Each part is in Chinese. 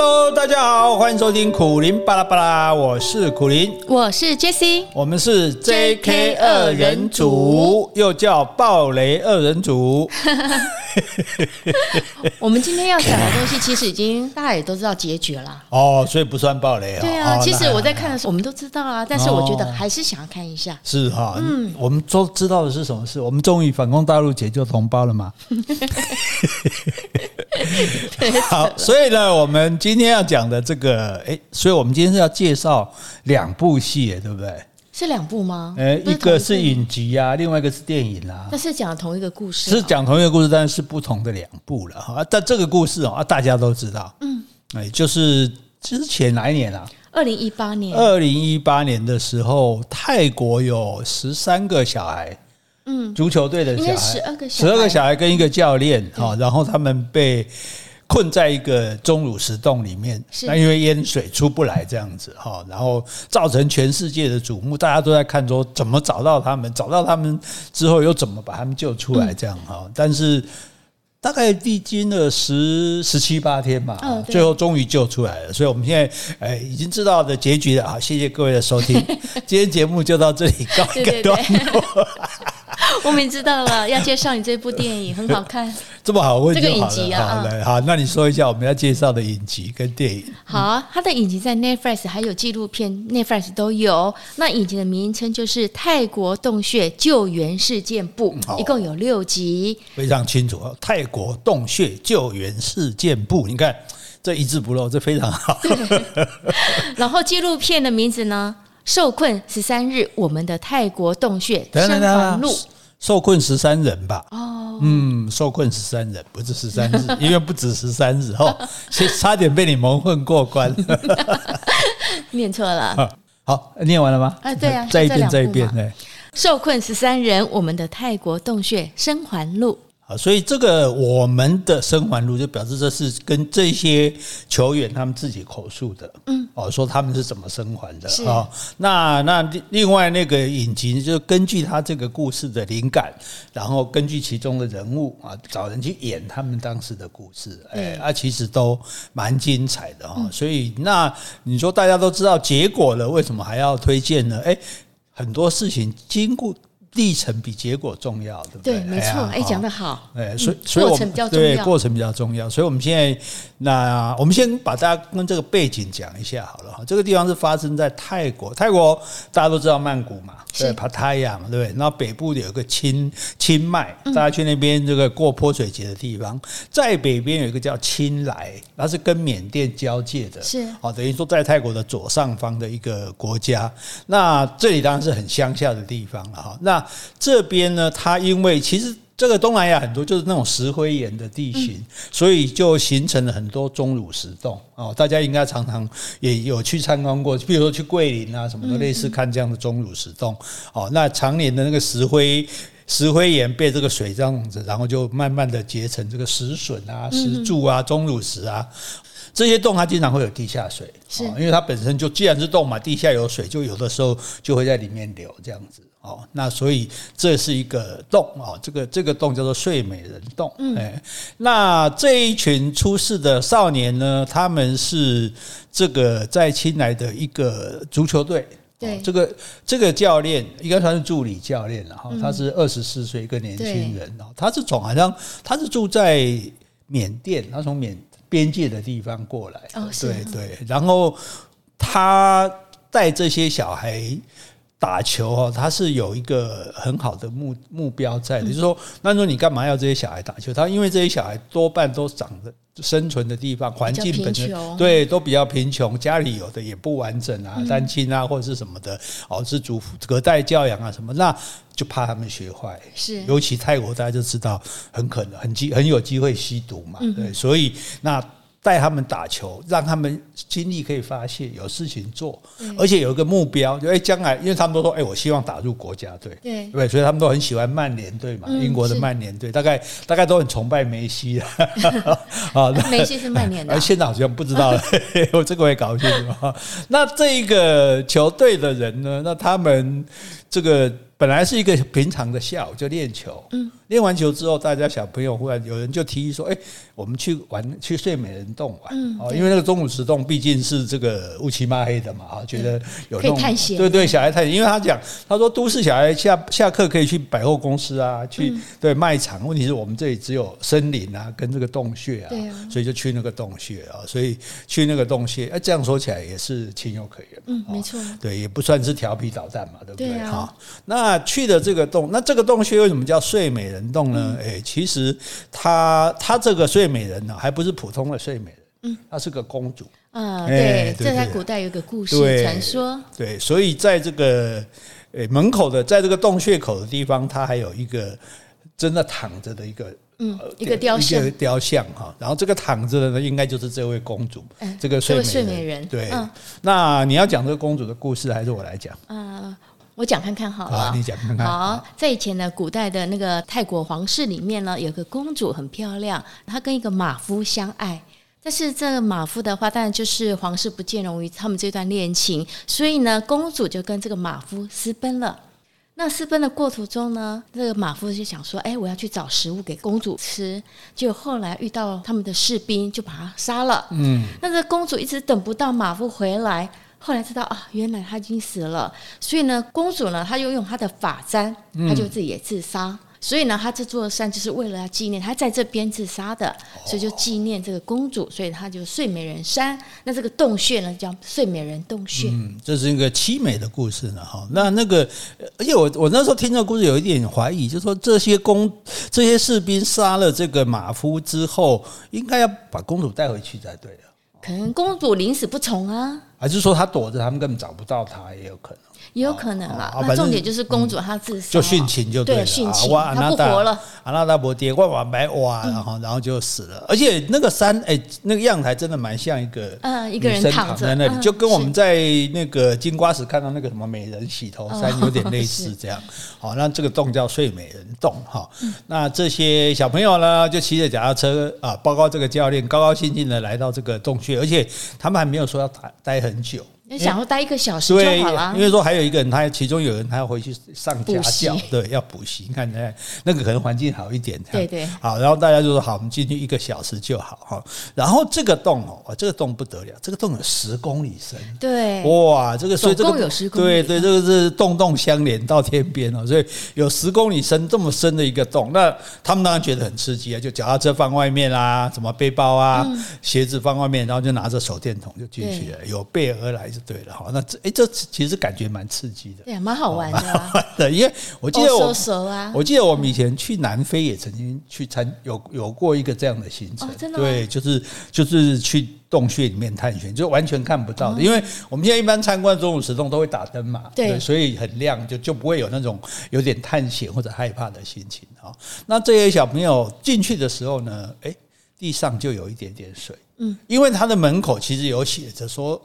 Hello， 大家好，欢迎收听苦苓巴拉巴拉，我是苦苓， 我是 Jessie， 我们是 JK 二人组，又叫暴雷二人组。 我们今天要讲的东西，其实已经大家也都知道结局了。 哦，所以不算暴雷啊。 对啊，其实我在看的时候，我们都知道啊，但是我觉得还是想要看一下。 是哈，我们都知道的是什么事？我们终于反攻大陆解救同胞了吗？好，所以呢，我们今天要讲的这个，所以我们今天是要介绍两部戏，对不对？ 是两部吗？ 一个是影集啊，另外一个是电影啊。 但是讲同一个故事， 是讲同一个故事，但是不同的两部了哈。但这个故事大家都知道，就是之前哪一年啊 ？2018年。 2018年的时候，泰国有13个小孩。足球队的小孩，应该12个小孩跟一个教练，然后他们被困在一个钟乳石洞里面，那因为淹水出不来这样子，然后造成全世界的瞩目，大家都在看说怎么找到他们，找到他们之后又怎么把他们救出来这样，但是大概历经了17、18天吧，最后终于救出来了。所以我们现在已经知道的结局了。好，谢谢各位的收听，今天节目就到这里告一个段落。 我们知道了，要介绍你这部电影很好看， 这么好问就好了。 这个影集啊， 好，那你说一下我们要介绍的影集跟电影。 好啊，它的影集在 Netflix 还有纪录片 Netflix 都有。那影集的名称就是《泰国洞穴救援事件簿》，一共有6集， 非常清楚。泰国洞穴救援事件簿，你看这一字不漏，这非常好。 然后纪录片的名字呢？受困13日，我们的泰国洞穴生还录。 受困13人吧？受困13人，不是13日，因为不止13日差点被你蒙混过关。 念错了。 好，念完了吗？ 对啊， 再一遍。 受困13人，我们的泰国洞穴生还录。 所以这个我们的生还录就表示这是跟这些球员他们自己口述的，说他们是怎么生还的啊。那另外那个影集就根据他这个故事的灵感，然后根据其中的人物找人去演他们当时的故事，其实都蛮精彩的所以那你说大家都知道结果了，为什么还要推荐呢？很多事情经过历程比结果重要，对不对？ 对，没错。讲得好。 所以过程比较重要。 对，过程比较重要。所以我们现在，我们先把大家跟这个背景讲一下好了。这个地方是发生在泰国，大家都知道曼谷嘛，对，帕塔亚嘛，对不对？然后北部有一个清迈，大家去那边这个过泼水节的地方，在北边有一个叫清莱，它是跟缅甸交界的， 是等于说在泰国的左上方的一个国家。那这里当然是很乡下的地方了哈。那这边呢，它因为其实这个东南亚很多就是那种石灰岩的地形，所以就形成了很多钟乳石洞大家应该常常也有去参观过，比如说去桂林啊什么的，类似看这样的钟乳石洞那常年的那个石灰岩被这个水这样子，然后就慢慢的结成这个石笋啊、石柱啊、钟乳石啊。这些洞它经常会有地下水，因为它本身就既然是洞嘛，地下有水，就有的时候就会在里面流这样子那所以这是一个洞这个洞叫做睡美人洞。那这一群出事的少年呢，他们是这个在清莱的一个足球队。对，这个教练应该算是助理教练了他是24岁一个年轻人他是住在缅甸，他从边界的地方过来对，然后他带这些小孩打球他是有一个很好的目标在的，就是说，那说你干嘛要这些小孩打球？因为这些小孩多半都长得生存的地方环境本身对都比较贫穷，家里有的也不完整单亲或者是什么的是祖父隔代教养什么，那就怕他们学坏，是尤其泰国大家就知道很可能很有机会吸毒嘛，对，所以那带他们打球，让他们精力可以发泄，有事情做，而且有一个目标，就将来，因为他们都说，我希望打入国家队，对，所以他们都很喜欢曼联队嘛，英国的曼联队，大概都很崇拜梅西梅西是曼联的， 现在好像不知道了，我这个我也搞不清楚。那这一个球队的人呢，那他们这个本来是一个平常的下午就练球，练完球之后，大家小朋友忽然有人就提议说，我们去睡美人洞玩，因为那个钟乳石洞毕竟是这个乌漆嘛黑的嘛，觉得有那种可以探险， 对小孩探险，因为他说都市小孩下课可以去百货公司啊，去对卖场，问题是我们这里只有森林啊跟这个洞穴啊，所以就去那个洞穴啊，所以去那个洞穴，这样说起来也是情有可原， 没错， 对，也不算是调皮捣蛋嘛，对不对？ 对啊， 那去的这个洞，那这个洞穴为什么叫睡美人洞呢？其实它这个睡美人呢，还不是普通的睡美人，她是个公主对，这在古代有个故事传说， 对，所以在这个门口的，在这个洞穴口的地方，它还有一个真的躺着的一个雕像哈，然后这个躺着的呢，应该就是这位公主，这个睡美人。对，那你要讲这个公主的故事，还是我来讲？ 我讲看看好了， 你讲看看。 好，在以前的古代的那个泰国皇室里面呢，有个公主很漂亮，她跟一个马夫相爱。但是这个马夫的话，当然就是皇室不见容于他们这段恋情，所以呢，公主就跟这个马夫私奔了。那私奔的过途中呢，这个马夫就想说，我要去找食物给公主吃，结果后来遇到他们的士兵，就把他杀了。那这公主一直等不到马夫回来，后来知道原来他已经死了，所以呢，公主呢，她就用她的发簪，她就自己也自杀。所以呢，他这座山就是为了要纪念他在这边自杀的，所以就纪念这个公主，所以他就睡美人山。那这个洞穴呢，叫睡美人洞穴。 这是一个凄美的故事呢。那个，而且我那时候听这个故事有一点怀疑，就是说这些士兵杀了这个马夫之后，应该要把公主带回去才对的。 可能公主临死不从啊， 还是说她躲着，他们根本找不到她，也有可能。 也有可能啦，那重点就是公主她自杀， 就殉情就对了， 殉情，她不活了。 阿那达伯爹，哇白哇，然后就死了。而且那个山，那个样台真的蛮像一个人躺在那里，就跟我们在那个金瓜石看到那个什么美人洗头山有点类似这样。好，那这个洞叫睡美人洞哈。那这些小朋友呢，就骑着脚踏车啊，包括这个教练，高高兴兴的来到这个洞穴，而且他们还没有说要待很久。 想要待1个小时就好了， 因为说还有一个人，其中有人他要回去上家教，对，要补习。你看那个可能环境好一点， 对， 好，然后大家就说好，我们进去1个小时就好哈。然后这个洞这个洞不得了，这个洞有10公里深， 对， 哇，这个所以这个总共有10公里， 对，这个是洞相连到天边所以有10公里深这么深的一个洞，那他们当然觉得很刺激啊，就脚踏车放外面啦，什么背包啊、鞋子放外面，然后就拿着手电筒就进去了，有备而来。对了哈，那这其实感觉蛮刺激的， 对，蛮好玩的， 因为我记得我记得我们以前去南非也曾经去有过一个这样的行程， 真的吗？ 对，就是去洞穴里面探险，就完全看不到的，因为我们现在一般参观钟乳石洞都会打灯嘛，对，所以很亮，就不会有那种有点探险或者害怕的心情哈。那这些小朋友进去的时候呢，地上就有一点点水，因为它的门口其实有写着说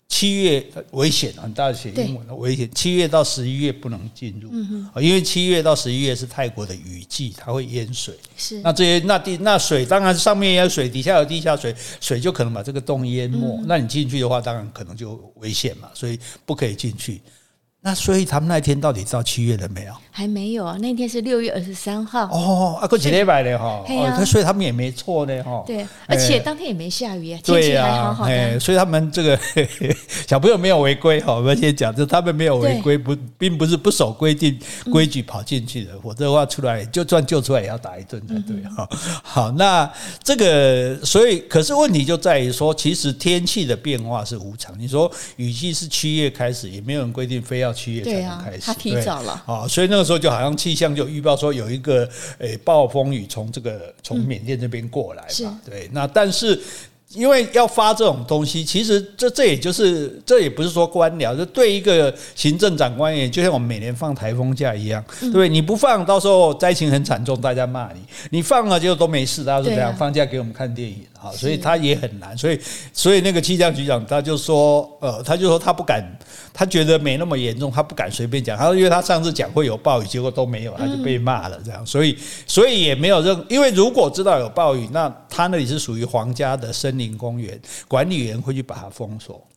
7月危险，很大的写英文的危险，7月到11月不能进入，因为7月到11月是泰国的雨季，它会淹水。 是， 那这些那水当然上面也有水，底下有地下水，水就可能把这个洞淹没。那你进去的话，当然可能就危险嘛，所以不可以进去。那所以他们那天到底到7月了没有？ 还没有啊，那天是6月23号。 过几礼拜了哈，所以他们也没错呢哈。 对，而且当天也没下雨，天气还好好的。 所以他们这个小朋友没有违规哈，我们先讲，就他们没有违规，并不是不守规定规矩跑进去的，否则的话出来就算救出来也要打一顿才对哈。好，那这个所以可是问题就在于说，其实天气的变化是无常。你说雨季是7月开始，也没有人规定非要7月才能开始， 他提早了所以那个时候就好像气象就预报说有一个暴风雨从缅甸这边过来嘛，对，那但是因为要发这种东西，其实这也不是说官僚，就对一个行政长官而言，就像我们每年放台风假一样，对不对？你不放，到时候灾情很惨重，大家骂你；你放了，结果都没事，大家说怎样？放假给我们看电影啊，所以他也很难。所以那个气象局长他就说他不敢，他觉得没那么严重，他不敢随便讲。他说因为他上次讲会有暴雨，结果都没有，他就被骂了这样。所以也没有因为如果知道有暴雨，那他那里是属于皇家的森林公园，管理员会去把它封锁。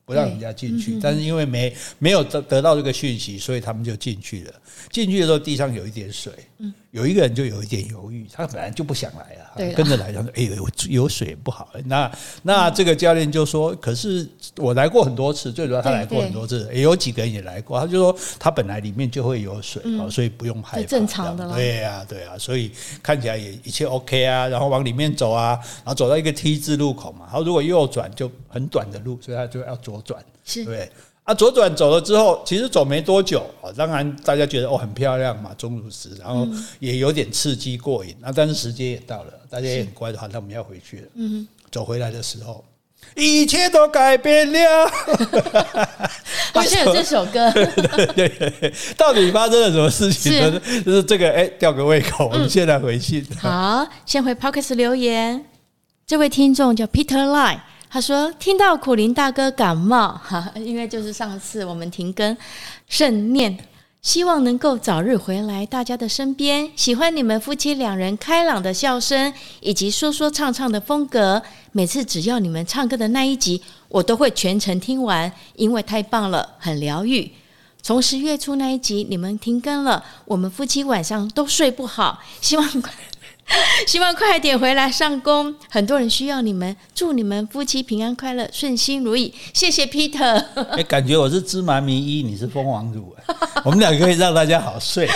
不让人家进去，但是因为没有得到这个讯息，所以他们就进去了。进去的时候地上有一点水，有一个人就有一点犹豫，他本来就不想来了，跟着来，他说：“有水不好。”那这个教练就说：“可是我来过很多次，最主要他来过很多次，有几个人也来过。”他就说他本来里面就会有水，所以不用害怕， 正常的了。 对啊，所以看起来也一切 OK 啊。然后往里面走啊，然后走到一个 T 字路口嘛，然后如果右转就很短的路，所以他就要左转，对。左转走了之后，其实走没多久，当然大家觉得很漂亮嘛，钟乳石，然后也有点刺激过瘾，但是时间也到了，大家也很乖的话，那我们要回去了。走回来的时候，一切都改变了。 好像有这首歌。 对，到底发生了什么事情呢？就是这个，吊个胃口。我们现在回信。 好，先回 Podcast 留言。这位听众叫 Peter Line。他说听到苦苓大哥感冒，因为就是上次我们停更，慎念希望能够早日回来大家的身边，喜欢你们夫妻两人开朗的笑声以及说说唱唱的风格，每次只要你们唱歌的那一集我都会全程听完，因为太棒了，很疗愈。从10月初那一集你们停更了，我们夫妻晚上都睡不好，希望快点回来上工，很多人需要你们，祝你们夫妻平安快乐，顺心如意。谢谢 Peter。 感觉我是芝麻迷一，你是蜂王乳，我们两个可以让大家好睡。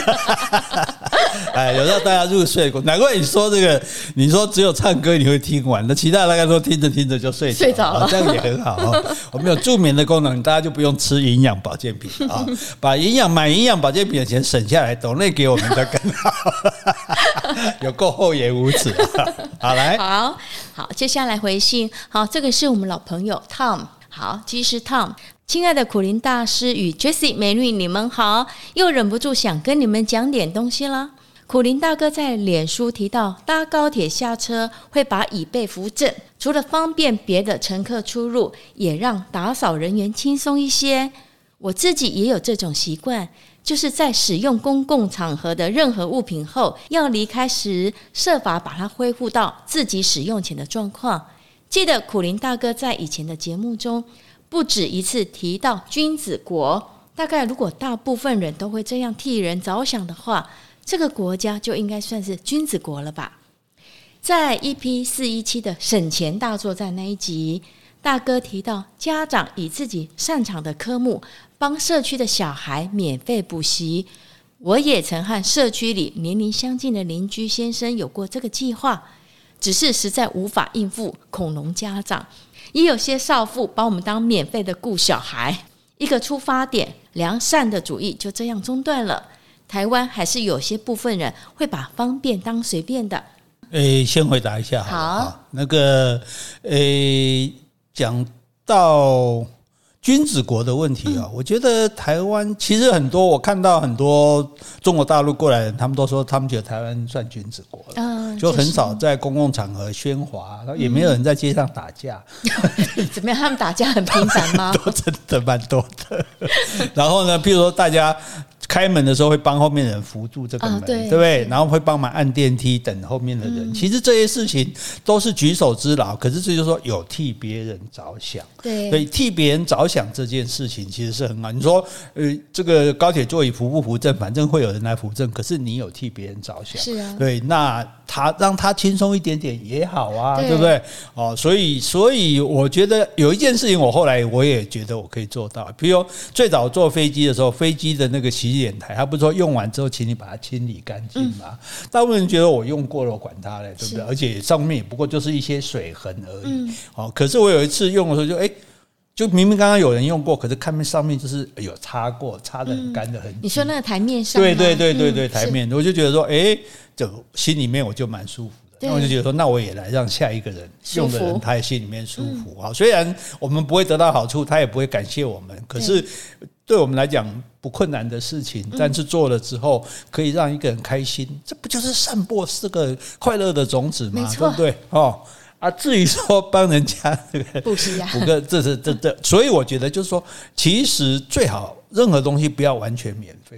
有让大家入睡过，难怪你说这个，你说只有唱歌你会听完，那其他大家都听着听着就睡着了，这样也很好。我们有助眠的功能，大家就不用吃营养保健品啊，把买营养保健品的钱省下来，抖内给我们就更好。有够厚颜无耻。好，来， 好，接下来回信。好，这个是我们老朋友 Tom。好，其实 Tom， 亲爱的苦苓大师与 Jessie 美女，你们好，又忍不住想跟你们讲点东西啦。苦苓大哥在脸书提到，搭高铁下车会把椅背扶正，除了方便别的乘客出入，也让打扫人员轻松一些。我自己也有这种习惯，就是在使用公共场合的任何物品后，要离开时设法把它恢复到自己使用前的状况。记得苦苓大哥在以前的节目中不止一次提到君子国，大概如果大部分人都会这样替人着想的话，这个国家就应该算是君子国了吧。在 EP417 的省钱大作战那一集，大哥提到家长以自己擅长的科目帮社区的小孩免费补习。我也曾和社区里年龄相近的邻居先生有过这个计划，只是实在无法应付恐龙家长，也有些少妇把我们当免费的顾小孩，一个出发点，良善的主义就这样中断了。台湾还是有些部分人会把方便当随便的。 先回答一下。 好， 那个讲到君子国的问题我觉得台湾其实很多，我看到很多中国大陆过来的人，他们都说他们觉得台湾算君子国了，就很少在公共场合喧哗，也没有人在街上打架。 怎么样？他们打架很频繁吗？ 都真的蛮多的。然后呢，譬如说大家开门的时候会帮后面的人扶住这个门，对不对？然后会帮忙按电梯等后面的人。其实这些事情都是举手之劳，可是这就是说有替别人着想。 对， 所以替别人着想这件事情其实是很好。你说这个高铁座椅扶不扶正，反正会有人来扶正，可是你有替别人着想， 是啊， 对，那让他轻松一点点也好啊，对不对？所以我觉得有一件事情，我后来我也觉得我可以做到。比如最早坐飞机的时候，飞机的那个洗脸台，他不是说用完之后请你把它清理干净吗？大部分人觉得我用过了，我管它嘞，对不对？而且上面也不过就是一些水痕而已。可是我有一次用的时候就明明刚刚有人用过，可是看上面就是有擦过，擦得很干的痕迹。 你说那个台面上吗？ 对，台面，我就觉得说，就心里面我就蛮舒服的。那我就觉得说，那我也来让下一个人用的人，他也心里面舒服啊。虽然我们不会得到好处，他也不会感谢我们，可是对我们来讲不困难的事情，但是做了之后可以让一个人开心，这不就是散播这个快乐的种子吗？对不对？至于说帮人家补习啊， 补个这，所以我觉得就是说，其实最好任何东西不要完全免费。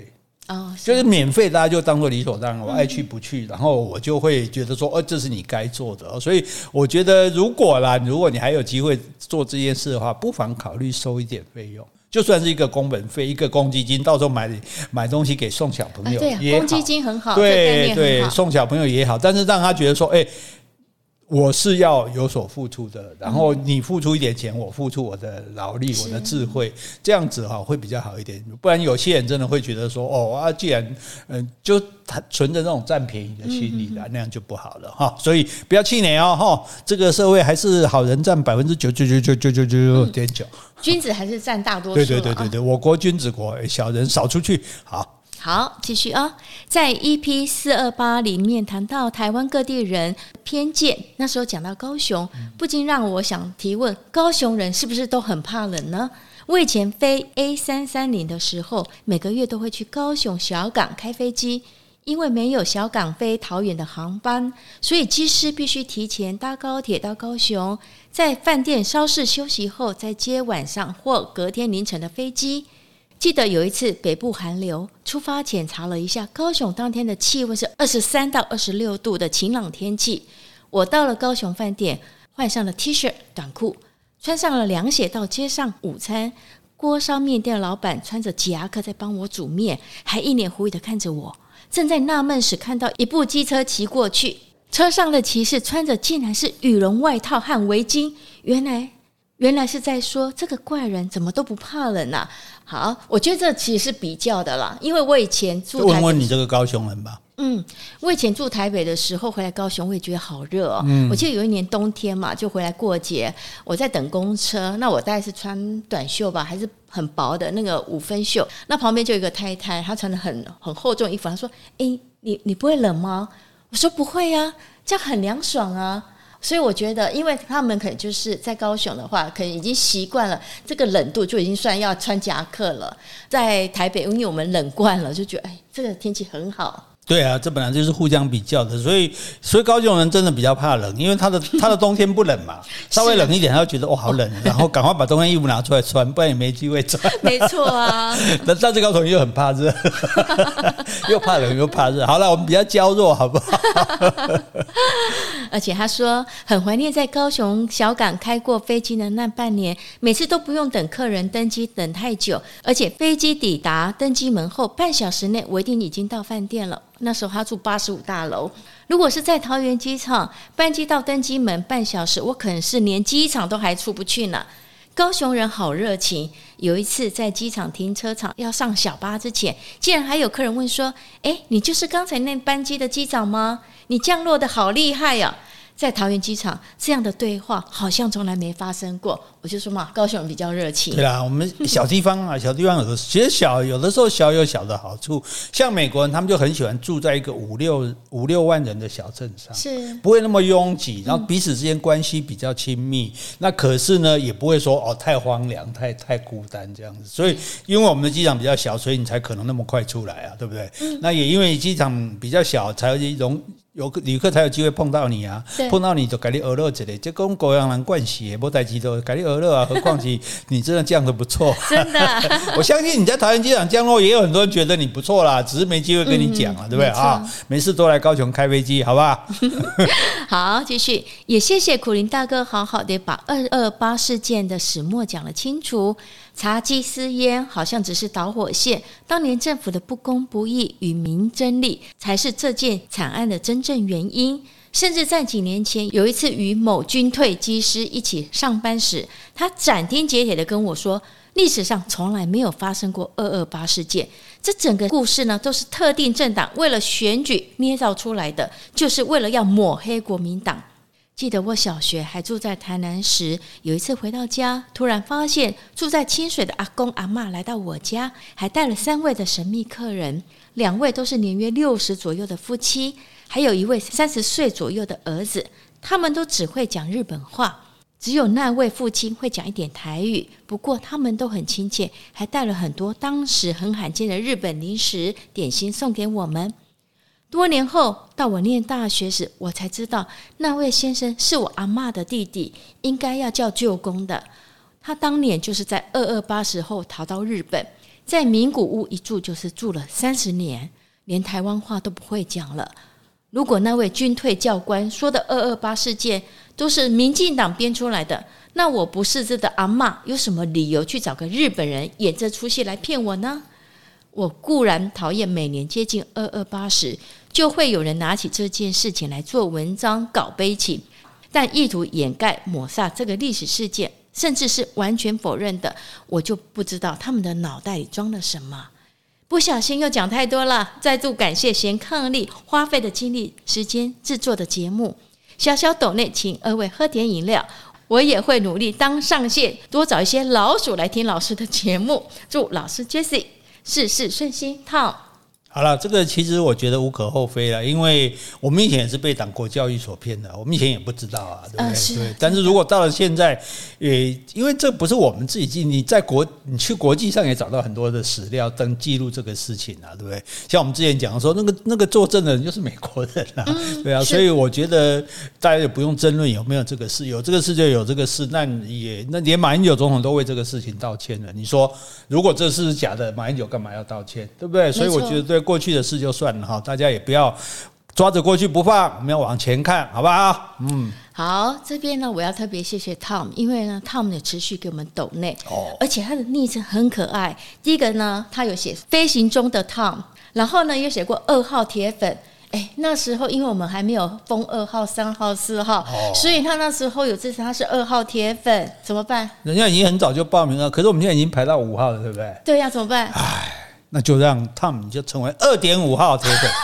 就是免费大家就当做理所当然，我爱去不去，然后我就会觉得说这是你该做的。所以我觉得如果你还有机会做这件事的话，不妨考虑收一点费用，就算是一个工本费，一个公积金，到时候买东西给送小朋友也好， 公积金很好， 对对，送小朋友也好，但是让他觉得说我是要有所付出的，然后你付出一点钱，我付出我的劳力，我的智慧，这样子会比较好一点。不然有些人真的会觉得说既然就存着那种占便宜的心理那样就不好了所以不要气馁这个社会还是好人占99.999.9%， 君子还是占大多数。 对，我国君子国，小人少出去。 好，继续在 EP428 里面谈到台湾各地人偏见，那时候讲到高雄，不禁让我想提问：高雄人是不是都很怕冷呢？我以前飞 A330 的时候，每个月都会去高雄小港开飞机，因为没有小港飞桃园的航班，所以机师必须提前搭高铁到高雄，在饭店稍事休息后，再接晚上或隔天凌晨的飞机。记得有一次北部寒流，出发前查了一下，高雄当天的气温是23到26度的晴朗天气。我到了高雄饭店，换上了 T 恤短裤，穿上了凉鞋到街上午餐。锅烧面店的老板穿着夹克在帮我煮面，还一脸狐疑的看着我。正在纳闷时，看到一部机车骑过去，车上的骑士穿着竟然是羽绒外套和围巾，原来是在说这个怪人怎么都不怕冷啊。好，我觉得这其实是比较的啦，因为我以前住台北， 问问你这个高雄人吧。 我以前住台北的时候回来高雄，我也觉得好热我记得有一年冬天嘛，就回来过节，我在等公车，那我大概是穿短袖吧，还是很薄的那个5分袖，那旁边就有一个太太，她穿的很厚重的衣服，她说你不会冷吗？我说不会啊，这样很凉爽啊。所以我觉得因为他们可能就是在高雄的话，可能已经习惯了这个冷度，就已经算要穿夹克了。在台北因为我们冷惯了，就觉得这个天气很好。 对啊，这本来就是互相比较的，所以高雄人真的比较怕冷，因为他的冬天不冷嘛，稍微冷一点他就觉得好冷，然后赶快把冬天衣服拿出来穿，不然也没机会穿。 没错啊， 但是高雄又很怕热，又怕冷又怕热。好了，我们比较娇弱，好不好？ 而且他说很怀念在高雄小港开过飞机的那半年，每次都不用等客人登机等太久，而且飞机抵达登机门后半小时内我一定已经到饭店了。那时候他住85大楼，如果是在桃园机场，班机到登机门半小时，我可能是连机场都还出不去呢。高雄人好热情，有一次在机场停车场要上小巴之前，竟然还有客人问说：你就是刚才那班机的机长吗？你降落的好厉害啊。在桃园机场这样的对话好像从来没发生过，我就说嘛，高雄人比较热情。 对啦，我们小地方其实有的时候小有小的好处，像美国人他们就很喜欢住在一个五六万人的小镇上， 是不会那么拥挤，然后彼此之间关系比较亲密，那可是呢也不会说太荒凉太孤单这样子。所以因为我们的机场比较小，所以你才可能那么快出来啊，对不对？那也因为机场比较小，才有旅客才有机会碰到你啊，碰到你就给你讹乐之类，这跟狗养人惯习，没带机都给你讹乐啊。何况你真的降得不错， 真的。 我相信你在桃园机场降落，也有很多人觉得你不错啦，只是没机会跟你讲对不对啊？没事多来高雄开飞机，好不好？ 好，继续。也谢谢苦苓大哥好好的把228事件的始末讲了清楚。茶几私烟好像只是导火线，当年政府的不公不义与明争利才是这件惨案的真正原因。甚至在几年前有一次与某军退机师一起上班时，他斩钉截铁的跟我说，历史上从来没有发生过228事件，这整个故事呢都是特定政党为了选举捏造出来的，就是为了要抹黑国民党。记得我小学还住在台南时，有一次回到家，突然发现住在清水的阿公阿嬷来到我家，还带了3位的神秘客人，2位都是年约60左右的夫妻，还有1位30岁左右的儿子，他们都只会讲日本话，只有那位父亲会讲一点台语，不过他们都很亲切，还带了很多当时很罕见的日本零食点心送给我们。多年后到我念大学时，我才知道那位先生是我阿嬷的弟弟，应该要叫舅公的。他当年就是在228时候逃到日本， 在名古屋一住就是住了30年，连台湾话都不会讲了。如果那位军退教官说的228事件都是民进党编出来的，那我不识字的阿嬷有什么理由去找个日本人演这出戏来骗我呢？我固然讨厌每年接近228时就会有人拿起这件事情来做文章搞悲情，但意图掩盖抹煞这个历史事件，甚至是完全否认的，我就不知道他们的脑袋里装了什么。不小心又讲太多了，再度感谢贤伉俪花费的精力时间制作的节目，小小斗内请2位喝点饮料，我也会努力当上线，多找一些老鼠来听老师的节目。祝老师 Jessie 事事顺心。 Tom， 好了，这个其实我觉得无可厚非了，因为我们以前也是被党国教育所骗的，我们以前也不知道啊，对不对？ 是对。但是如果到了现在，因为这不是我们自己记，你去国际上也找到很多的史料登记录这个事情啊，对不对？像我们之前讲说，那个作证的人就是美国人啊，对啊，所以我觉得大家也不用争论有没有这个事，有这个事就有这个事，那连马英九总统都为这个事情道歉了，你说如果这事是假的，马英九干嘛要道歉，对不对？所以我觉得对过去的事就算了哈，大家也不要抓着过去不放，我们要往前看，好不好？ 好，这边呢，我要特别谢谢 Tom， 因为呢 ，Tom 也持续给我们抖内，而且他的昵称很可爱。第一个呢，他有写飞行中的 Tom， 然后呢，又写过2号铁粉。那时候因为我们还没有封2号、3号、4号，所以他那时候有支持他是2号铁粉，怎么办？ 人家已经很早就报名了，可是我们现在已经排到5号了，对不对？ 对呀，怎么办？ 那就让 Tom 就成为2.5号铁粉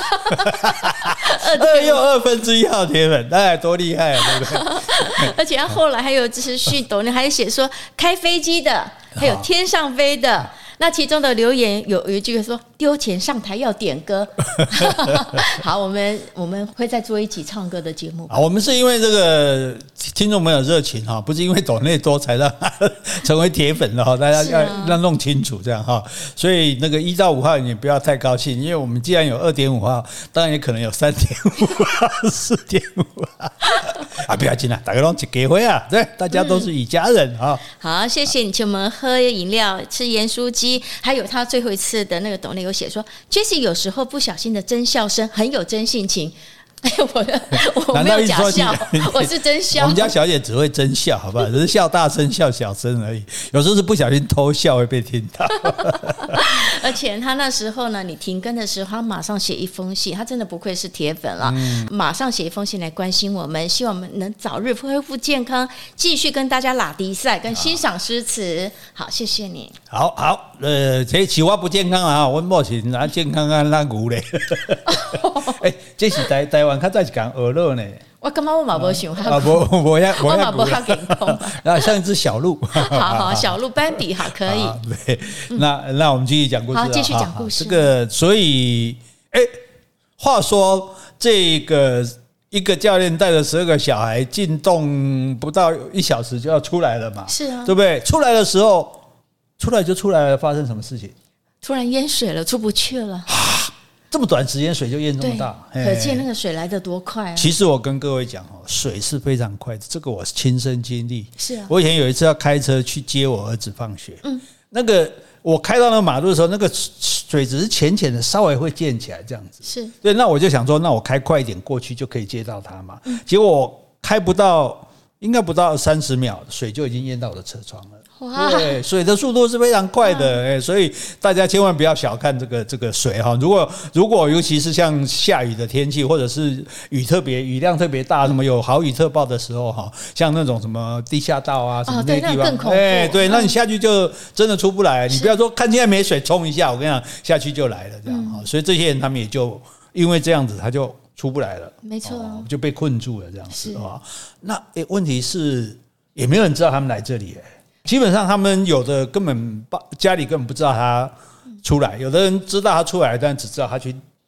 ，2又1/2号铁粉，多厉害啊，对不对？ 而且他后来还有持续抖内，还写说开飞机的，还有天上飞的。那其中的留言有一句说丢钱上台要点歌。好，我们会再做一集唱歌的节目。 我们是因为这个听众朋友热情哈，不是因为抖内多才让成为铁粉的哈，大家要弄清楚这样哈。所以那个1到5号你不要太高兴，因为我们既然有2.5号，当然也可能有3.5号、4.5号不要紧啦，大家都一家伙啊，对，大家都是一家人哈。 好，谢谢你请我们喝饮料、吃盐酥鸡，还有他最后一次的那个抖内有写说 ，Jessie 有时候不小心的真笑声很有真性情。我没有假笑，我是真笑。 我们家小姐只会真笑，好不好？只是笑大声、笑小声而已。有时候是不小心偷笑会被听到。 而且他那时候呢，你停更的时候，他马上写一封信，他真的不愧是铁粉了，马上写一封信来关心我们，希望我们能早日恢复健康，继续跟大家拉迪赛，跟欣赏诗词。好，谢谢你。 好，这是我不健康啊，我目前哪健康啊那牛嘞？这是台湾较早是讲鹅肉呢。 我感觉我嘛没想法， 我没那健康。 然后像一只小鹿， 好，小鹿斑比好可以。 对，那我们继续讲故事。 好，继续讲故事。 这个，所以，话说这个一个教练带着12个小孩进洞不到1小时就要出来了嘛？ 是啊， 对不对？出来的时候，出来就出来了，发生什么事情？ 突然淹水了，出不去了。 这么短时间水就淹这么大， 可见那个水来得多快啊！ 其实我跟各位讲水是非常快的，这个我亲身经历。 是啊， 我以前有一次要开车去接我儿子放学，那个我开到那个马路的时候，那个水只是浅浅的，稍微会溅起来这样子。 是， 对，那我就想说，那我开快一点过去就可以接到他嘛。结果我开应该不到30秒，水就已经淹到我的车窗了。对，水的速度是非常快的，所以大家千万不要小看这个水哈。如果尤其是像下雨的天气，或者是雨量特别大，什么有豪雨特报的时候哈，像那种什么地下道啊什么那些地方，对，那你下去就真的出不来。你不要说看现在没水冲一下，我跟你讲，下去就来了这样哈。所以这些人他们也就因为这样子，他就出不来了， 没错， 就被困住了这样子啊。那问题是也没有人知道他们来这里基本上他们有的根本家里根本不知道他出来，有的人知道他出来，但只知道他去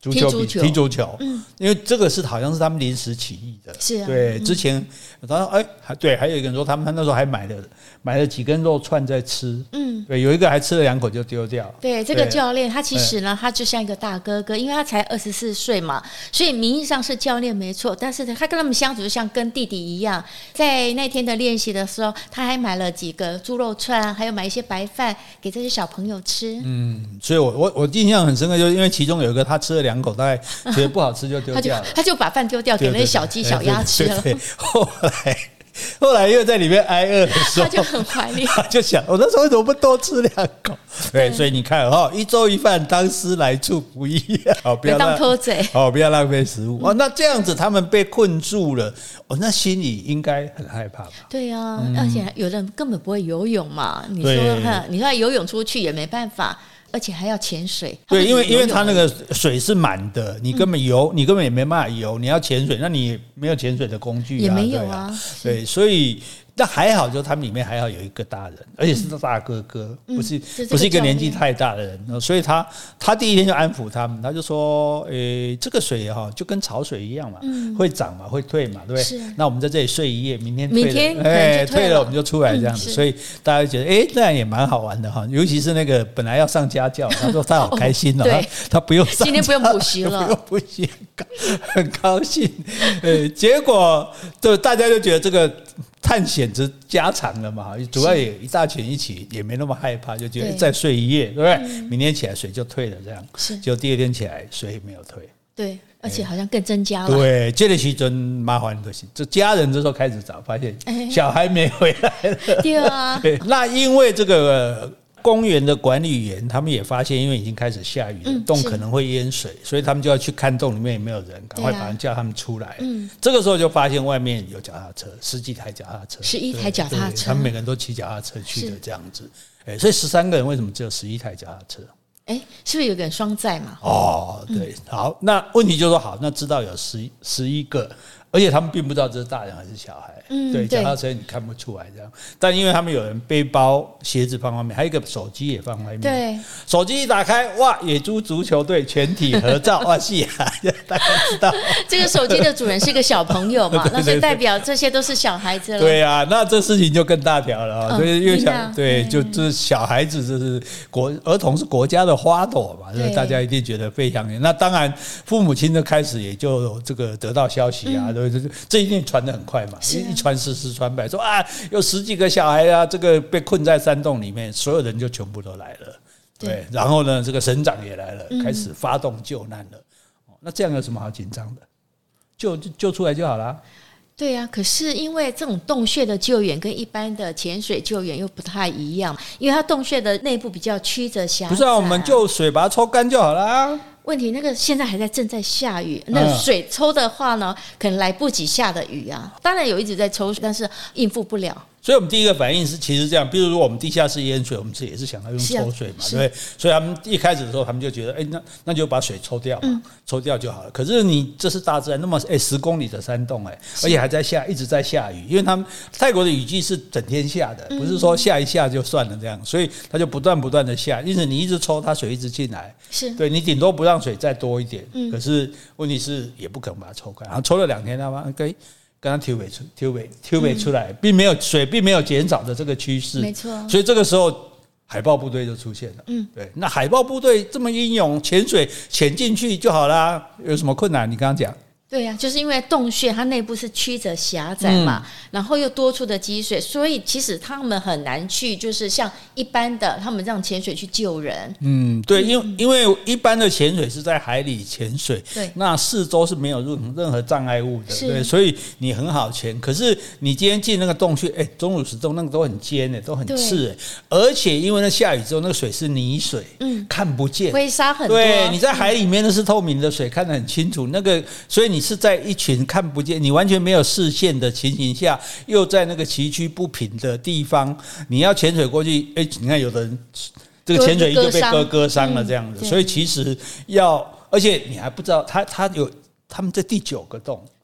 踢足球，因为这个好像是他们临时起意的， 是啊， 对，之前然后对，还有一个人说他们那时候还买了几根肉串在吃，对，有一个还吃了2口就丢掉。 对，这个教练他其实呢，他就像一个大哥哥，因为他才24岁嘛，所以名义上是教练没错，但是他跟他们相处就像跟弟弟一样。在那天的练习的时候，他还买了几个猪肉串，还有买一些白饭给这些小朋友吃。 所以我印象很深刻，就是因为其中有一个他吃了2口，大概觉得不好吃就丢掉了， 他就把饭丢掉给那些小鸡小鸭吃了。 对，后来又在里面挨饿的时候， 他就很怀念， 他就想我那时候为什么不多吃2口？对，所以你看一粥一饭，当思来处不易，不要当偷贼， 不要浪费食物。那这样子他们被困住了，那心里应该很害怕吧？ 对啊，而且有的人根本不会游泳嘛，你说游泳出去也没办法。而且还要潜水， 对，因为它那个水是满的，你根本也没办法游，你要潜水，那你没有潜水的工具， 也没有啊， 对，所以那还好，就他们里面还好有一个大人，而且是大哥哥，不是一个年纪太大的人，所以他第一天就安抚他们，他就说，这个水就跟潮水一样嘛，会涨嘛，会退嘛，对不对？那我们在这里睡一夜，明天退了我们就出来这样子，所以大家就觉得这样也蛮好玩的哈，尤其是那个本来要上家教，他说他好开心哦，他不用上， 今天不用补习了， 不用补习，很高兴，结果就大家就觉得这个探险之家常了嘛，主要也一大群一起，也没那么害怕，就觉得再睡一夜，对不对？明天起来水就退了，这样，就第二天起来水没有退， 对，而且好像更增加了。 对，这个时阵麻烦的是，这家人这时候开始找，发现小孩没回来了。 对啊， 那因为这个公园的管理员他们也发现，因为已经开始下雨了，洞可能会淹水，所以他们就要去看洞里面有没有人，赶快把人叫他们出来。这个时候就发现外面有脚踏车，10几台脚踏车 ，11台脚踏车， 他们每个人都骑脚踏车去的这样子。所以13个人为什么只有11台脚踏车？ 是不是有点双载嘛？ 对，好，那问题就是说，好，那知道有11个，而且他们并不知道这是大人还是小孩。对，脚踏车你看不出来这样，但因为他们有人背包、鞋子放外面，还有一个手机也放外面。 对， 手机一打开，哇，野猪足球队全体合照，哇，是啊，大家知道这个手机的主人是个小朋友嘛，那就代表这些都是小孩子了。 对啊，那这事情就更大条了，所以因为就是小孩子，就是儿童是国家的花朵嘛，所以大家一定觉得非常。那当然，父母亲的开始也就这个得到消息啊，对，这一定传得很快嘛。一传十传百，说有10几个小孩啊，这个被困在山洞里面，所有人就全部都来了，对，然后呢，这个省长也来了，开始发动救难了。那这样有什么好紧张的？救出来就好了。 对啊，可是因为这种洞穴的救援跟一般的潜水救援又不太一样，因为它洞穴的内部比较曲折狭窄。 不是我们就水把它抽干就好了。 问题那个现在正在下雨，那水抽的话呢，可能来不及下的雨啊。当然有一直在抽，但是应付不了。 所以我们第一个反应是，其实这样，比如说我们地下室淹水，我们也是想要用抽水嘛，对不对？所以他们一开始的时候，他们就觉得，那就把水抽掉嘛，抽掉就好了。可是你这是大自然，那么10公里的山洞，而且还在一直在下雨，因为他们泰国的雨季是整天下的，不是说下一下就算了这样，所以它就不断的下，因此你一直抽，它水一直进来，对你顶多不让水再多一点，可是问题是也不可能把它抽干，然后抽了2天，他们刚刚抽尾出来，水并没有减少的这个趋势， 没错。 所以这个时候海豹部队就出现了。对，那海豹部队这么英勇，潜进去就好啦，有什么困难？你刚刚讲。 对啊，就是因为洞穴它内部是曲折狭窄嘛，然后又多出的积水，所以其实他们很难去，就是像一般的他们这样潜水去救人。对， 因为一般的潜水是在海里潜水， 对， 那四周是没有任何障碍物的，对，所以你很好潜。可是你今天进那个洞穴，钟乳石洞那个都很尖都很刺，而且因为那下雨之后，那个水是泥水，看不见， 灰沙很多。 对，你在海里面那是透明的水，看得很清楚。那个，所以你是在一群看不见、你完全没有视线的情形下，又在那个崎岖不平的地方，你要潜水过去，你看有的人这个潜水衣就被割伤了这样子，所以其实而且你还不知道他们在第9个洞，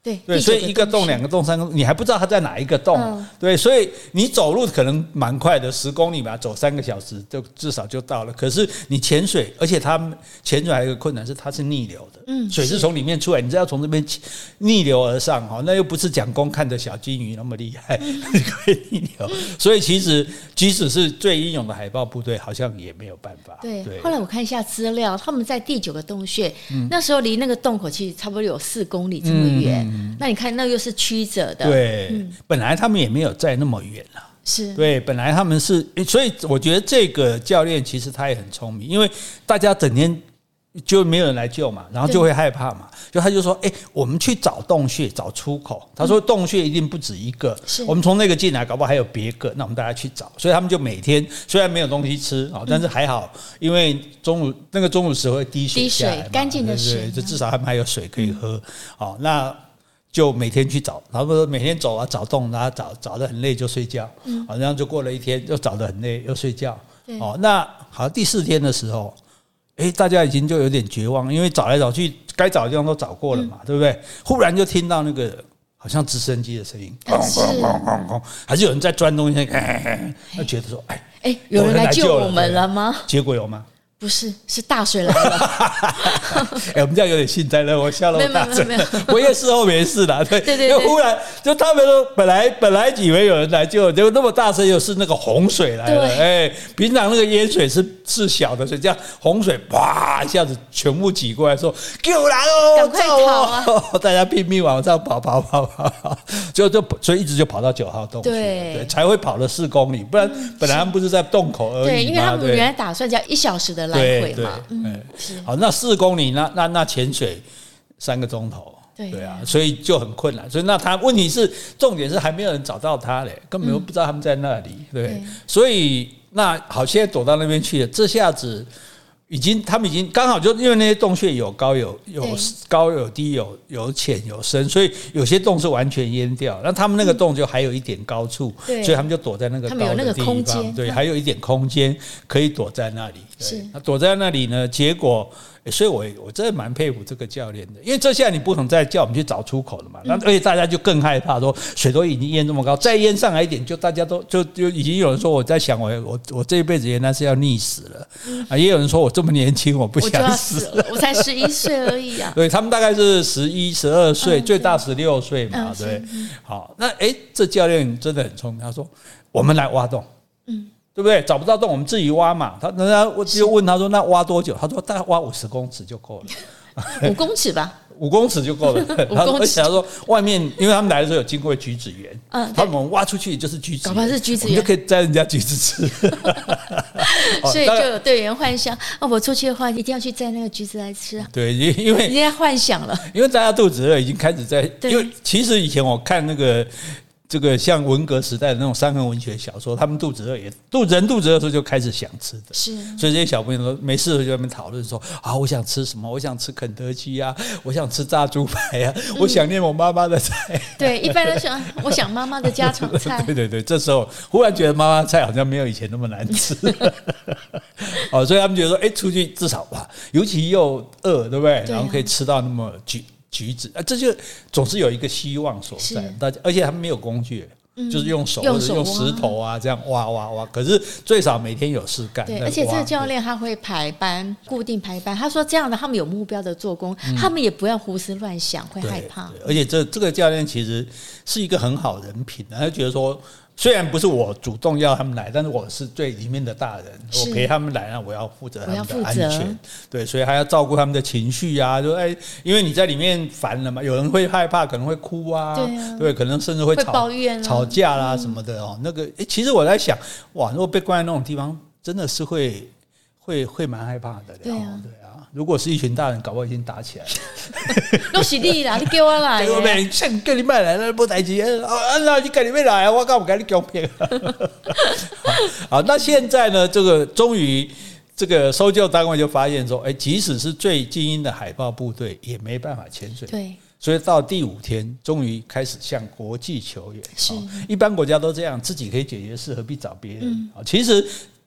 对， 所以一个洞、2个洞、3个洞，你还不知道它在哪一个洞。对，所以你走路可能蛮快的，10公里吧，走3个小时就至少就到了。可是你潜水，而且它潜水还有一个困难是它是逆流的，水是从里面出来，你只要从这边逆流而上哈，那又不是蒋公看的小金鱼那么厉害，可以逆流。所以其实即使是最英勇的海豹部队，好像也没有办法。 对，后来我看一下资料，他们在第9个洞穴，那时候离那个洞口其实差不多有4公里这么远。那你看，那又是曲折的。 对，本来他们也没有在那么远啦。 是对，本来他们是，所以我觉得这个教练其实他也很聪明，因为大家整天就没有人来救嘛，然后就会害怕嘛，他就说，我们去找洞穴，找出口。他说洞穴一定不止一个，我们从那个进来，搞不好还有别个，那我们大家去找。所以他们就每天虽然没有东西吃，但是还好，因为中午时会滴水下来嘛， 干净的水， 就至少他们还有水可以喝。那就每天去找，然后每天走啊找洞，然后找得很累就睡觉，好，然后就过了一天，又找得很累又睡觉。那好，第4天的时候。大家已经就有点绝望，因为找来找去，该找的地方都找过了嘛，对不对？忽然就听到那个好像直升机的声音，咣咣咣咣咣，还是有人在钻东西，他觉得说， 有人来救我们了吗？ 结果有吗？ 不是，是大水来了。 我们这样有点幸灾乐祸，笑那么大声。 没有， 我也事后没事啦。对， 因为忽然就他们说本来以为有人来救，结果那么大声，又是那个洪水来了。平常那个淹水是小的水，这样洪水哇一下子全部挤过来，说救我来哦， 赶快逃啊！ 大家拼命往上跑，所以一直就跑到9号洞去，对，才会跑了4公里，不然本来他们不是在洞口而已吗？ 对，因为他们原来打算叫1小时的来回嘛。 好，那4公里，那潜水3个钟头，对啊，所以就很困难。所以那他问题是重点是还没有人找到他嘞，根本就不知道他们在那里。对，所以那好，现在躲到那边去了，这下子。他们已经刚好就因为那些洞穴有高有高有低有浅有深，所以有些洞是完全淹掉，那他们那个洞就还有一点高处，所以他们就躲在那个高的地方，对，还有一点空间可以躲在那里。是，那躲在那里呢，结果。所以我真的蛮佩服这个教练的，因为这下你不能再叫我们去找出口了嘛，而且大家就更害怕，说水都已经淹这么高，再淹上来一点，就大家都就已经有人说我在想我这一辈子原来是要溺死了，也有人说我这么年轻我不想死了， 我才11岁而已啊。 对，他们大概是11、12岁，最大16岁嘛，对。好，那这教练真的很聪明，他说我们来挖洞，对不对？找不到洞，我们自己挖嘛。我就问他说：“那挖多久？”他说：“大概挖50公尺就够了 ，5公尺吧 ，5公尺就够了。而且他说，外面因为他们来的时候有经过橘子园，他们挖出去就是橘子园， 搞不好是橘子园， 就可以摘人家橘子吃。 所以就有队员幻想我出去的话一定要去摘那个橘子来吃啊。 对，因为已经在幻想了， 因为大家肚子饿，已经开始在。因为其实以前我看那个。这个像文革时代的那种伤痕文学小说，他们肚子饿肚子饿的时候就开始想吃的， 是， 所以这些小朋友都没事就在那边讨论说我想吃什么？我想吃肯德基啊，我想吃炸猪排啊，我想念我妈妈的菜。 对，一般都想我想妈妈的家常菜。 对，这时候忽然觉得妈妈菜好像没有以前那么难吃。所以他们觉得说，出去至少尤其又饿，对不对？然后可以吃到那么橘子这就总是有一个希望所在，大家，而且他们没有工具，就是用手或者用石头啊这样挖，可是最少每天有事干。 对，而且这个教练他会排班，固定排班。他说这样的他们有目标的做工，他们也不要胡思乱想，会害怕。 而且这个教练其实是一个很好人品，他觉得说。虽然不是我主动要他们来，但是我是最里面的大人，我陪他们来，那我要负责他们的安全，对，所以还要照顾他们的情绪啊，就因为你在里面烦了嘛，有人会害怕，可能会哭啊，对，可能甚至会抱怨、 吵架啦什么的那个，其实我在想，如果被关在那种地方，真的是会蛮害怕的，对啊。如果是一群大人，搞不好已经打起来了。 都是你啦，你叫我来。 我没叫你别来，那没代志。那你跟你别来，我干嘛跟你讲骗？好，那现在呢？这个终于，这个搜救单位就发现说，即使是最精英的海豹部队，也没办法潜水。 对。 所以到第5天，终于开始向国际求援。是，一般国家都这样，自己可以解决事，何必找别人？其实。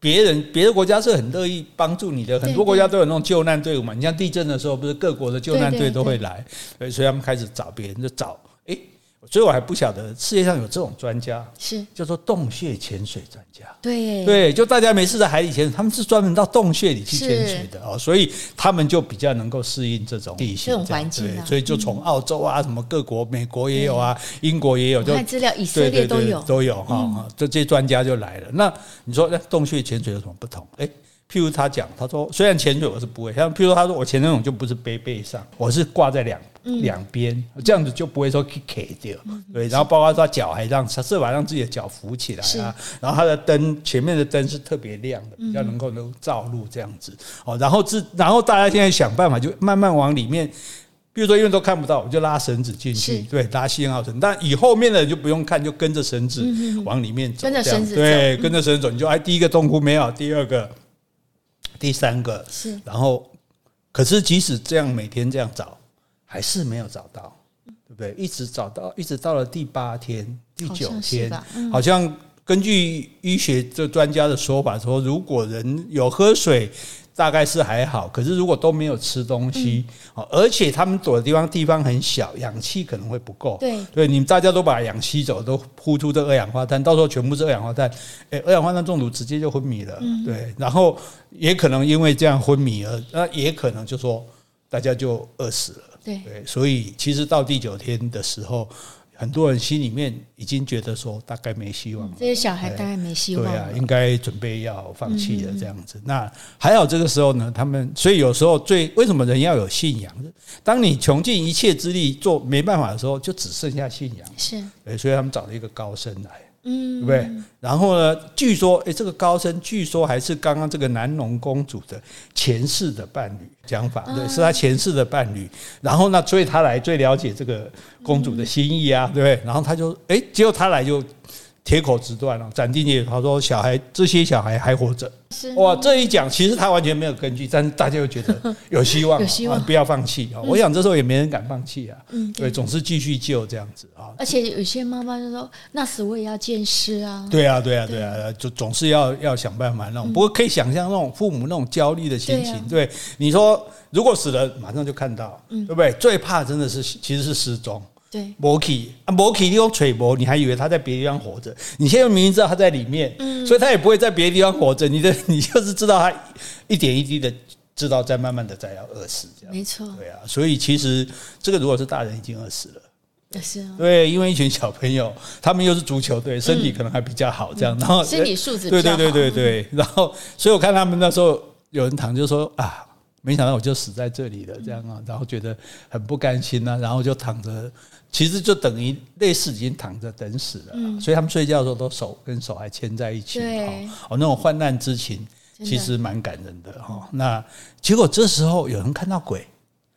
别的国家是很乐意帮助你的，很多国家都有那种救难队伍嘛。你像地震的时候，不是各国的救难队都会来，对，所以他们开始找别人，就找所以我还不晓得世界上有这种专家， 是叫做洞穴潜水专家。 对， 就大家没事在海里潜水，他们是专门到洞穴里去潜水的所以他们就比较能够适应这种地形、 这种环境对，所以就从澳洲啊，什么各国，美国也有啊，英国也有， 我看资料，以色列都有， 都有哈。这些专家就来了。那你说，那洞穴潜水有什么不同？譬如他说虽然潜水我是不会，像譬如说他说我潜那种就不是背上，我是挂在两边，这样子就不会说去 K 掉，对。然后包括他脚还设法让自己的脚浮起来啊，然后他的灯前面的灯是特别亮的，比较能够照路这样子然后大家现在想办法就慢慢往里面。比如说，因为都看不到，我就拉绳子进去，对，拉信号绳。但以后面的人就不用看，就跟着绳子往里面走， 跟着绳子走， 对，跟着绳子走，你就第一个洞窟没有，第二个、第三个， 是。 然后，可是即使这样每天这样找，还是没有找到，对不对？一直到了第8天、第9天，好像根据医学这专家的说法说，如果人有喝水，大概是还好，可是如果都没有吃东西，而且他们躲的地方很小，氧气可能会不够。对，你们大家都把氧吸走，都呼出这二氧化碳，到时候全部是二氧化碳，二氧化碳中毒直接就昏迷了。对，然后也可能因为这样昏迷那也可能就说大家就饿死了。对，所以其实到第9天的时候，很多人心里面已经觉得说大概没希望了， 这些小孩大概没希望了， 对啊，应该准备要放弃了这样子。那还好这个时候呢，他们所以有时候为什么人要有信仰？当你穷尽一切之力做没办法的时候，就只剩下信仰。 是， 对，所以他们找了一个高僧来。对不对？然后呢？据说，这个高僧据说还是刚刚这个南农公主的前世的伴侣，讲法对，是他前世的伴侣。然后呢，所以他来最了解这个公主的心意啊，对不对？然后他就结果他来就铁口直断了，斩钉截铁，他说这些小孩还活着。哇，这一讲其实他完全没有根据，但是大家又觉得有希望，有希望，不要放弃。我想这时候也没人敢放弃啊，对，总是继续救这样子啊。 而且有些妈妈就说：“那死我也要见尸啊！” 对啊，就总是要想办法那种。不过可以想象那种父母那种焦虑的心情。对，你说如果死了，马上就看到，对不对？最怕真的是其实是失踪。 对， 没去，你用吹波，你还以为他在别的地方活着，你现在明明知道他在里面，所以他也不会在别的地方活着。你就是知道他一点一滴的知道在慢慢的在要饿死，这样没错， 对啊。所以其实这个如果是大人已经饿死了。 是啊， 对，因为一群小朋友，他们又是足球队，身体可能还比较好，这样，然后身体素质比较好， 对，然后，所以我看他们那时候有人躺就说啊，没想到我就死在这里了，这样啊，然后觉得很不甘心啊，然后就躺着。其实就等于类似已经躺着等死了，所以他们睡觉的时候都手跟手还牵在一起，那种患难之情其实蛮感人的哈。那结果这时候有人看到鬼，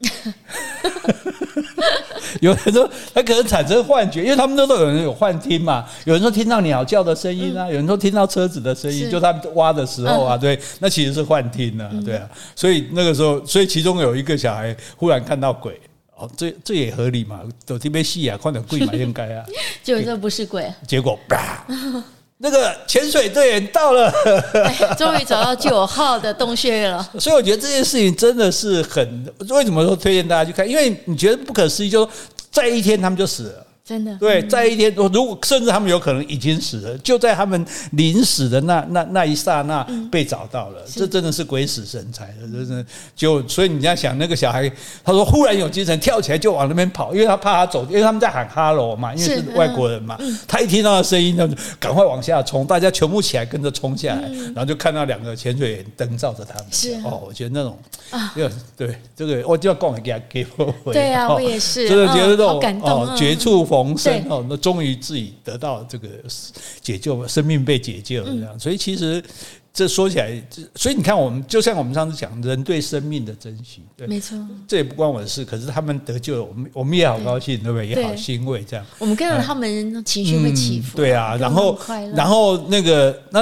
有人说他可能产生幻觉，因为他们那时候有人有幻听嘛，有人说听到鸟叫的声音啊，有人说听到车子的声音，就他们挖的时候啊，对，那其实是幻听啊，对啊，所以那个时候，所以其中有一个小孩忽然看到鬼。这也合理嘛？都这边戏啊，看到鬼嘛，应该啊。 结果这不是鬼， 结果那个潜水队员到了， 终于找到9号的洞穴了。 所以我觉得这件事情真的是为什么说推荐大家去看？因为你觉得不可思议，就是再一天他们就死了。真的对，在一天，如果甚至他们有可能已经死了，就在他们临死的那一刹那被找到了，这真的是鬼使神差的，真的所以你要想那个小孩，他说忽然有精神，跳起来就往那边跑，因为他怕他走，因为他们在喊哈喽嘛，因为是外国人嘛，他一听到声音，他就赶快往下冲，大家全部起来跟着冲下来，然后就看到2个潜水员灯照着他们。是我觉得那种对这个我就要讲给我， 对啊，我也是， 真的觉得那种感动绝处逢生那终于自己得到这个解救，生命被解救了这样。所以其实这说起来，所以你看，我们就像我们上次讲，人对生命的珍惜，对，没错，这也不关我的事。可是他们得救了，我们也好高兴，对不对？也好欣慰，这样。 我们看到他们情绪会起伏， 对啊。然后那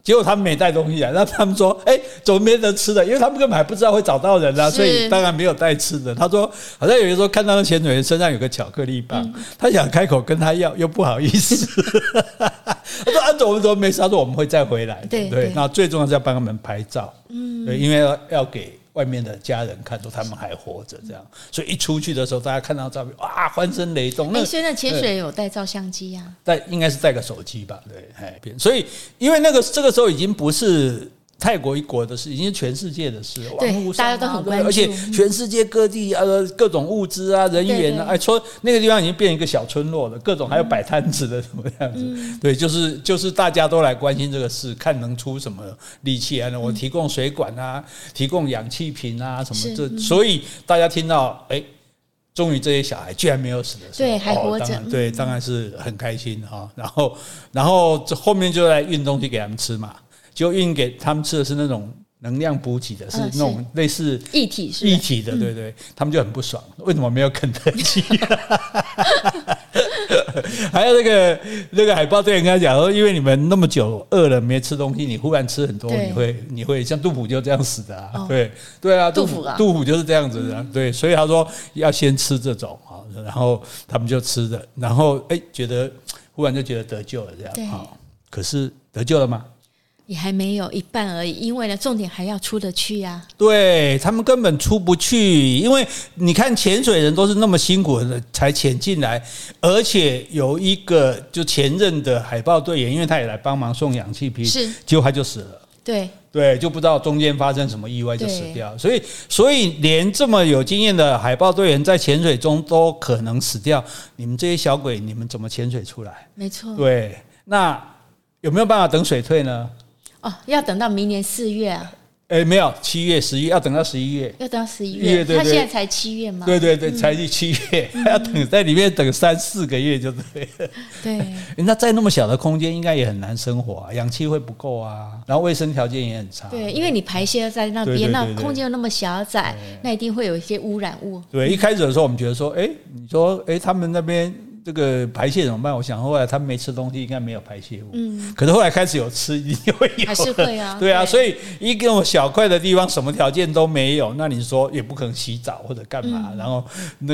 结果他们没带东西来，那他们说怎么没得吃的，因为他们根本还不知道会找到人啊，所以当然没有带吃的。他说好像有人说看到那潜水员身上有个巧克力棒，他想开口跟他要又不好意思他说我们怎么没事，他说我们会再回来，对，那最重要是要帮他们拍照，对，因为要给外面的家人看说他们还活着，这样，所以一出去的时候，大家看到照片，哇，欢声雷动。 所以那潜水有带照相机啊？ 应该是带个手机吧，对，所以因为这个时候已经不是泰国一国的事，已经是全世界的事， 对，大家都很关注， 而且全世界各地各种物资啊、人员啊，说那个地方已经变一个小村落了，各种还有摆摊子的什么样子，对，就是大家都来关心这个事，看能出什么力气啊，我提供水管啊，提供氧气瓶啊什么所以大家听到终于这些小孩居然没有死的时候， 对，还活着， 对，当然是很开心哈。然后后面就来运东西给他们吃嘛。就运给他们吃的是那种能量补给的，是那种类似液体的， 对，他们就很不爽，为什么没有肯德基？还有那个海豹队员跟他讲说，因为你们那么久饿了没吃东西，你忽然吃很多，你会像杜甫就这样死的啊，对啊，杜甫就是这样子的，对，所以他说要先吃这种啊，然后他们就吃的，然后觉得忽然就觉得得救了这样啊，可是得救了吗？ 也还没有一半而已，因为呢，重点还要出得去呀。 对，他们根本出不去，因为你看潜水人都是那么辛苦的才潜进来，而且有一个就前任的海豹队员，因为他也来帮忙送氧气瓶，结果他就死了。对，就不知道中间发生什么意外就死掉，所以连这么有经验的海豹队员在潜水中都可能死掉，你们这些小鬼，你们怎么潜水出来？ 没错。 对，那有没有办法等水退呢？ 要等到明年4月啊。 没有7月10月，要等到11月， 要等到11月，他现在才7月嘛， 对，才7月，要等在里面等3-4个月就对了。 对， 那在那么小的空间，应该也很难生活啊，氧气会不够啊，然后卫生条件也很差。 对，因为你排泄在那边，那空间又那么小窄，那一定会有一些污染物。 对，一开始的时候我们觉得说，你说，他们那边这个排泄怎么办？我想后来他们没吃东西，应该没有排泄物。可是后来开始有吃，一定会有， 还是会啊。 对啊，所以一个小块的地方，什么条件都没有，那你说也不可能洗澡或者干嘛，然后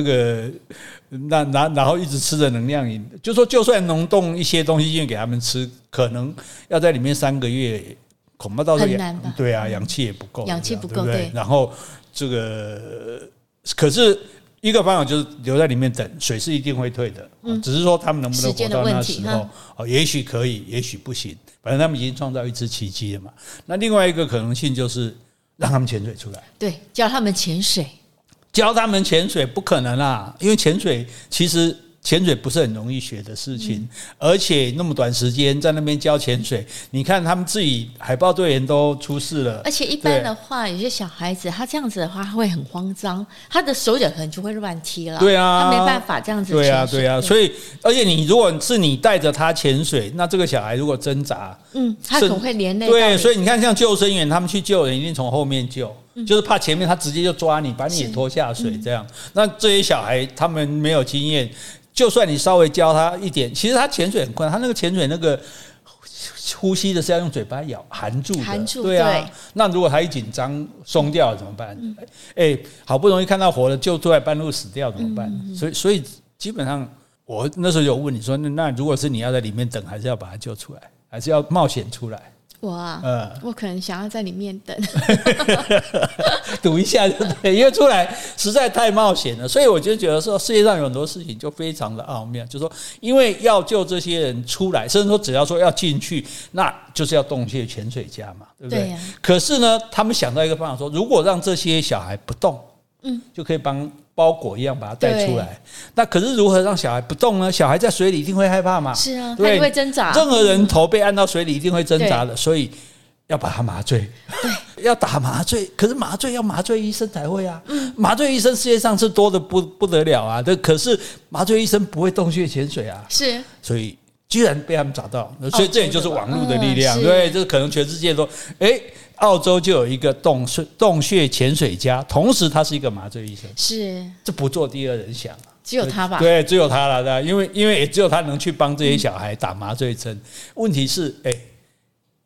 然后一直吃着能量饮，就说就算能动一些东西进去给他们吃，可能要在里面3个月，恐怕到时候很难吧？ 对啊，氧气也不够， 氧气不够， 对。然后这个可是。一个方法就是留在里面等，水是一定会退的，只是说他们能不能活到那时候，也许可以，也许不行，反正他们已经创造一次奇迹了嘛。那另外一个可能性就是让他们潜水出来， 对，教他们潜水不可能啦，因为潜水其实。潜水不是很容易学的事情，而且那么短时间在那边教潜水，你看他们自己海豹队员都出事了。 而且一般的话，有些小孩子他这样子的话，他会很慌张，他的手脚可能就会乱踢了。 对啊， 他没办法这样子潜水。 对啊，所以而且你如果是你带着他潜水，那这个小孩如果挣扎， 他可能会连累。 对，所以你看像救生员他们去救人，一定从后面救。就是怕前面他直接就抓你，把你也拖下水这样。那这些小孩他们没有经验。就算你稍微教他一点，其实他潜水很困难，他那个潜水那个呼吸的是要用嘴巴含住的，对啊。那如果他一紧张松掉了怎么办？好不容易看到活了，救出来半路死掉怎么办？所以基本上我那时候有问你说，那如果是你要在里面等，还是要把他救出来，还是要冒险出来？ 我可能想要在里面等赌一下就对，因为出来实在太冒险了，所以我就觉得说世界上有很多事情就非常的奥妙，就是说因为要救这些人出来，甚至说只要说要进去，那就是要洞穴潜水家嘛，对不对？ 对啊。 可是呢，他们想到一个方法说，如果让这些小孩不动，就可以帮包裹一样把它带出来。那可是如何让小孩不动呢？小孩在水里一定会害怕嘛？ 是啊，他也会挣扎。 任何人头被按到水里一定会挣扎的，所以要把他麻醉。对，要打麻醉。可是麻醉要麻醉医生才会啊。麻醉医生世界上是多的不得了啊。可是麻醉医生不会洞穴潜水啊。 是，所以居然被他们找到，所以这也就是网络的力量。对，这可能全世界都澳洲就有一个洞穴潜水家，同时他是一个麻醉医生， 是， 这不做第二人想， 只有他吧？ 对，只有他了，因为也只有他能去帮这些小孩打麻醉针。问题是，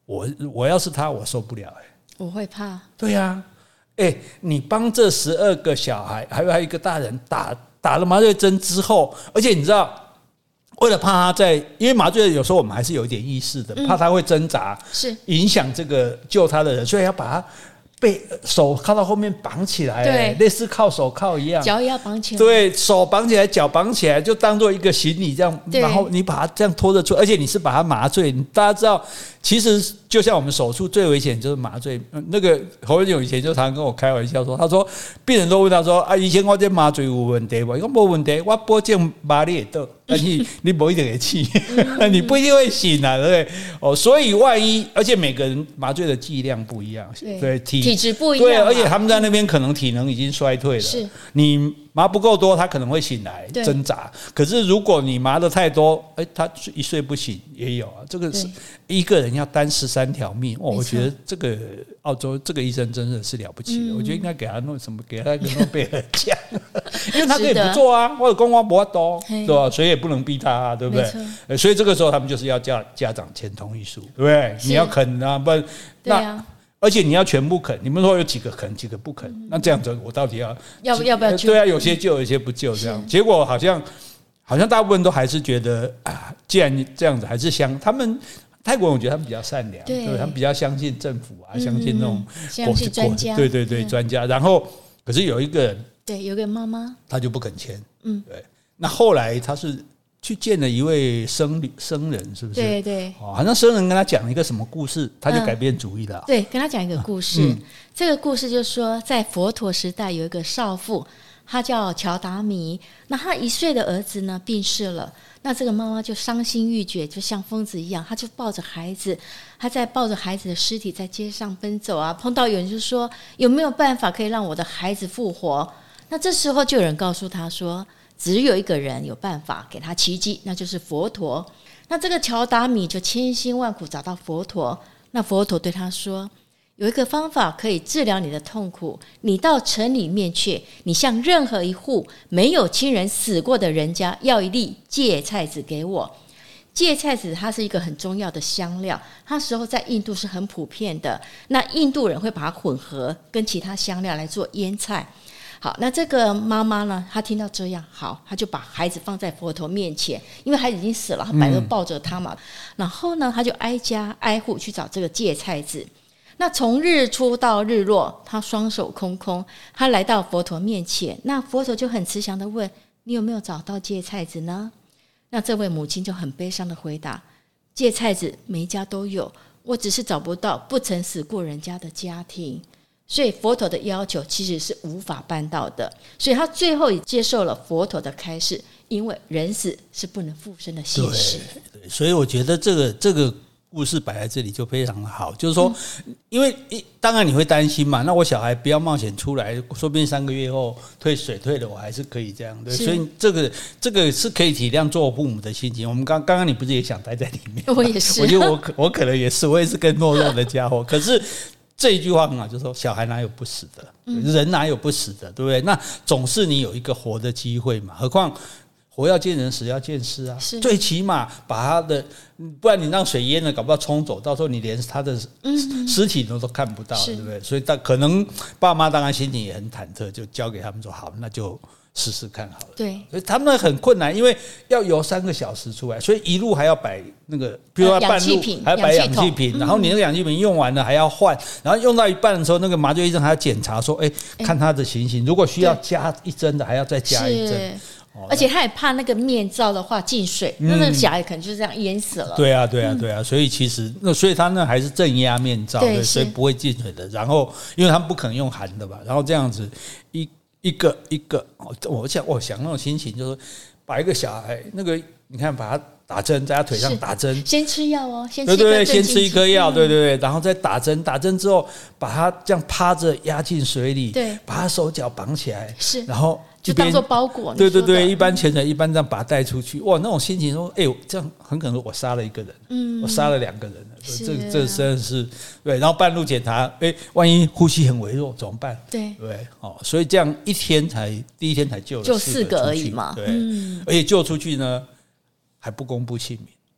我要是他，我受不了我会怕。 对呀，你帮这12个小孩，还有一个大人打了麻醉针之后，而且你知道，为了怕他因为麻醉有时候我们还是有一点意识的，怕他会挣扎， 是影响这个救他的人，所以要把他手靠到后面绑起来， 对， 类似靠手铐一样， 脚也要绑起来， 对，手绑起来，脚绑起来，就当做一个行李这样，然后你把它这样拖着出，而且你是把它麻醉。大家知道，其实就像我们手术最危险就是麻醉。那个侯文勇以前就常常跟我开玩笑说，他说病人都问他说以前我这麻醉有问题吗？他说没问题，我保证麻你也得，但是你不一定会气，你不一定会醒啊，对不对？所以万一，而且每个人麻醉的剂量不一样，对体质不一样， 对，而且他们在那边可能体能已经衰退了， 是你麻不够多，他可能会醒来挣扎。可是如果你麻的太多，他一睡不醒也有啊。这个是一个人要担13条命，我觉得这个澳洲这个医生真的是了不起的。我觉得应该给他弄什么，给他一个诺贝尔奖，因为他可以不做啊，或者公王不多，对吧？谁也不能逼他啊，对不对？所以这个时候他们就是要叫家长签同意书，对不对？你要肯啊，不然那。而且你要全部肯，你们说有几个肯，几个不肯，那这样子我到底要不要救？ 对啊，有些救，有些不救，这样结果好像大部分都还是觉得既然这样子，还是他们泰国人，我觉得他们比较善良，对，他们比较相信政府啊，相信那种相信专家， 对，专家。然后可是有一个人， 对，有个妈妈， 他就不肯签，对。那后来他是去见了一位僧人，是不是？ 对， 好像僧人跟他讲一个什么故事，他就改变主意了。 对，跟他讲一个故事。这个故事就是说，在佛陀时代有一个少妇，她叫乔达弥。那她1岁的儿子呢病逝了，那这个妈妈就伤心欲绝，就像疯子一样，她就抱着孩子，她在抱着孩子的尸体在街上奔走啊。碰到有人就说，有没有办法可以让我的孩子复活？那这时候就有人告诉她说，只有一个人有办法给他奇迹，那就是佛陀。那这个乔达米就千辛万苦找到佛陀，那佛陀对他说，有一个方法可以治疗你的痛苦，你到城里面去，你向任何一户没有亲人死过的人家要一粒芥菜籽给我。芥菜籽它是一个很重要的香料，它时候在印度是很普遍的，那印度人会把它混合跟其他香料来做腌菜。好，那这个妈妈呢，她听到这样，好，她就把孩子放在佛陀面前，因为孩子已经死了，她本来就抱着他嘛。然后呢，她就挨家挨户去找这个芥菜籽。那从日出到日落，她双手空空，她来到佛陀面前。那佛陀就很慈祥的问：“你有没有找到芥菜籽呢？”那这位母亲就很悲伤的回答：“芥菜籽每一家都有，我只是找不到不曾死过人家的家庭。”所以佛陀的要求其实是无法办到的，所以他最后也接受了佛陀的开示，因为人死是不能复生的现实。 对，所以我觉得这个故事摆在这里就非常好，就是说，因为当然你会担心嘛，那我小孩不要冒险出来，说不定3个月后退水退了，我还是可以这样，对，所以这个是可以体谅做父母的心情。我们刚刚你不是也想待在里面？ 我也是， 我觉得我可能也是，我也是个懦弱的家伙，可是。这一句话很好，就是说小孩哪有不死的，人哪有不死的，对不对？那总是你有一个活的机会嘛。何况活要见人，死要见尸啊。最起码把他的，不然你让水淹了，搞不好冲走，到时候你连他的尸体都看不到，对不对？所以可能爸妈当然心情也很忐忑，就交给他们说好，那就试试看好了。 对， 所以他们很困难，因为要游3个小时出来，所以一路还要摆那个，比如说半路还要摆氧气瓶，然后你那个氧气瓶用完了还要换，然后用到一半的时候，那个麻醉医生还要检查说，看他的情形，如果需要加1针的，还要再加1针。 而且他也怕那个面罩的话进水，那个小孩可能就这样淹死了。 对啊，所以其实所以他那还是正压面罩，对，所以不会进水的。然后因为他们不可能用含的吧，然后这样子一个，我想那种心情，就是把一个小孩那个，你看把他打针，在他腿上打针， 先吃药哦，先吃一颗药，对，然后再打针，打针之后把他这样趴着压进水里， 对， 把他手脚绑起来， 是， 然后就当做包裹， 对，一般前人一般这样把他带出去，哇，那种心情说，这样很可能我杀了1个人，我杀了2个人了，这真的是对，然后半路检查，万一呼吸很微弱怎么办？对，所以这样第一天才救了4个而已嘛， 对，而且救出去呢还不公布姓名。 对，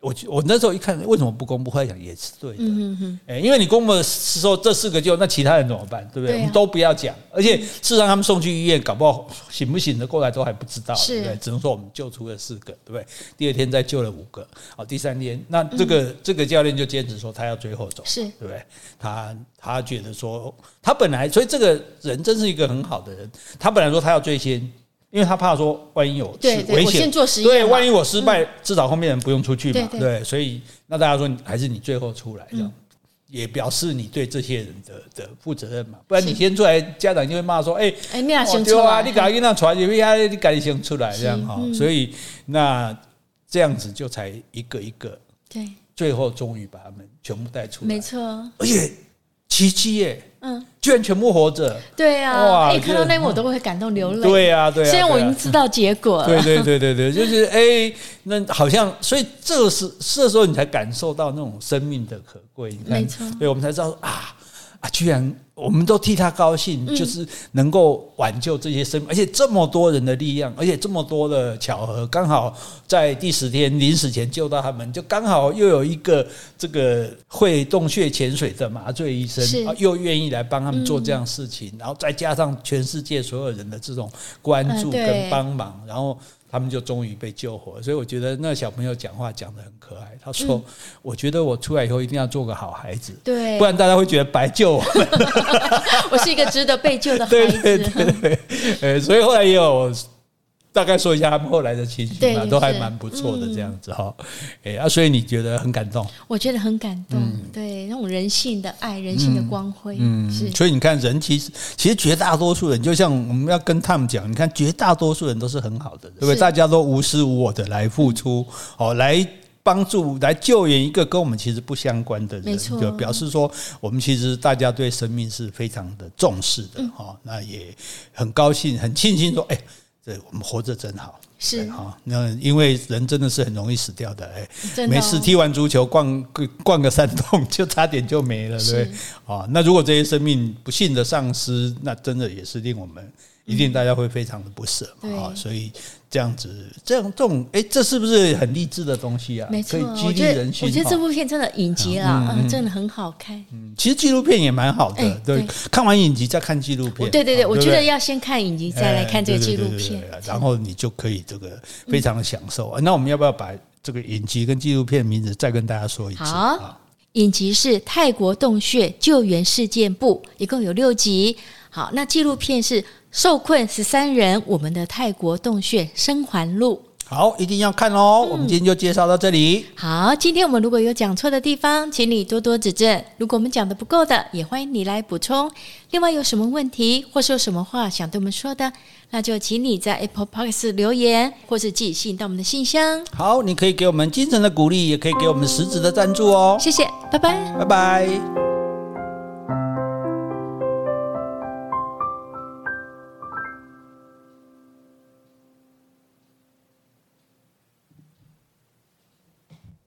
我那时候一看，为什么不公布？后来想也是对的，因为你公布的时候这4个就，那其他人怎么办？对不对？我们都不要讲，而且事实上他们送去医院，搞不好醒不醒得过来都还不知道，对不对？只能说我们救出了4个，对不对？第2天再救了5个，好，第3天，那这个教练就坚持说他要最后走， 是， 对不对？他觉得说他本来，所以这个人真是一个很好的人，他本来说他要最先。因为他怕说，万一有危险， 我先做实验， 对，万一我失败，至少后面人不用出去嘛，对，所以那大家说还是你最后出来，这样也表示你对这些人的负责任嘛，不然你先出来，家长就会骂说， 你俩先出来， 你赶紧那传，你赶紧先出来，这样哈，所以那这样子就才一个一个， 对， 最后终于把他们全部带出来， 没错， 而且奇迹耶。居然全部活着， 对啊，看到那幕我都会感动流泪。 对啊， 虽然我已经知道结果了， 对，就是那好像，所以这时候你才感受到那种生命的可贵。你看， 没错， 对，我们才知道居然我们都替他高兴，就是能够挽救这些生命，而且这么多人的力量，而且这么多的巧合，刚好在第10天临死前救到他们，就刚好又有一个这个会洞穴潜水的麻醉医生，又愿意来帮他们做这样的事情，然后再加上全世界所有人的这种关注跟帮忙，然后他们就终于被救活。所以我觉得那个小朋友讲话讲得很可爱，他说我觉得我出来以后一定要做个好孩子， 对， 不然大家会觉得白救我们我是一个值得被救的孩子。 对，所以后来也有大概说一下他们后来的情绪嘛，都还蛮不错的这样子哈。所以你觉得很感动？我觉得很感动，对，那种人性的爱，人性的光辉，是。 所以你看，人其实绝大多数人，就像我们要跟他们讲，你看绝大多数人都是很好的人，对不对？大家都无私无我的来付出，来帮助、来救援一个跟我们其实不相关的人，就表示说，我们其实大家对生命是非常的重视的，那也很高兴、很庆幸说，这我们活着真好， 是那因为人真的是很容易死掉的，没事踢完足球逛个山洞就差点就没了，对不对？那如果这些生命不幸的丧失，那真的也是令我们一定大家会非常的不舍嘛，所以这样子，这种这是不是很励志的东西啊？ 没错， 可以激励人心。 我觉得这部片真的影集啊，真的很好看。 其实纪录片也蛮好的，对，看完影集再看纪录片。 对，我觉得要先看影集再来看这个纪录片， 然后你就可以这个非常的享受。那我们要不要把这个影集跟纪录片的名字再跟大家说一次？ 好，影集是《泰国洞穴救援事件簿》，一共有6集。好，那纪录片是受困13人，我们的泰国洞穴生还录。 好，一定要看哦。我们今天就介绍到这里。 好，今天我们如果有讲错的地方，请你多多指正。如果我们讲的不够的，也欢迎你来补充。另外有什么问题，或是有什么话想对我们说的，那就请你在 Apple Podcast 留言，或是寄信到我们的信箱。 好，你可以给我们精神的鼓励，也可以给我们实质的赞助哦。 谢谢，拜拜， 拜拜。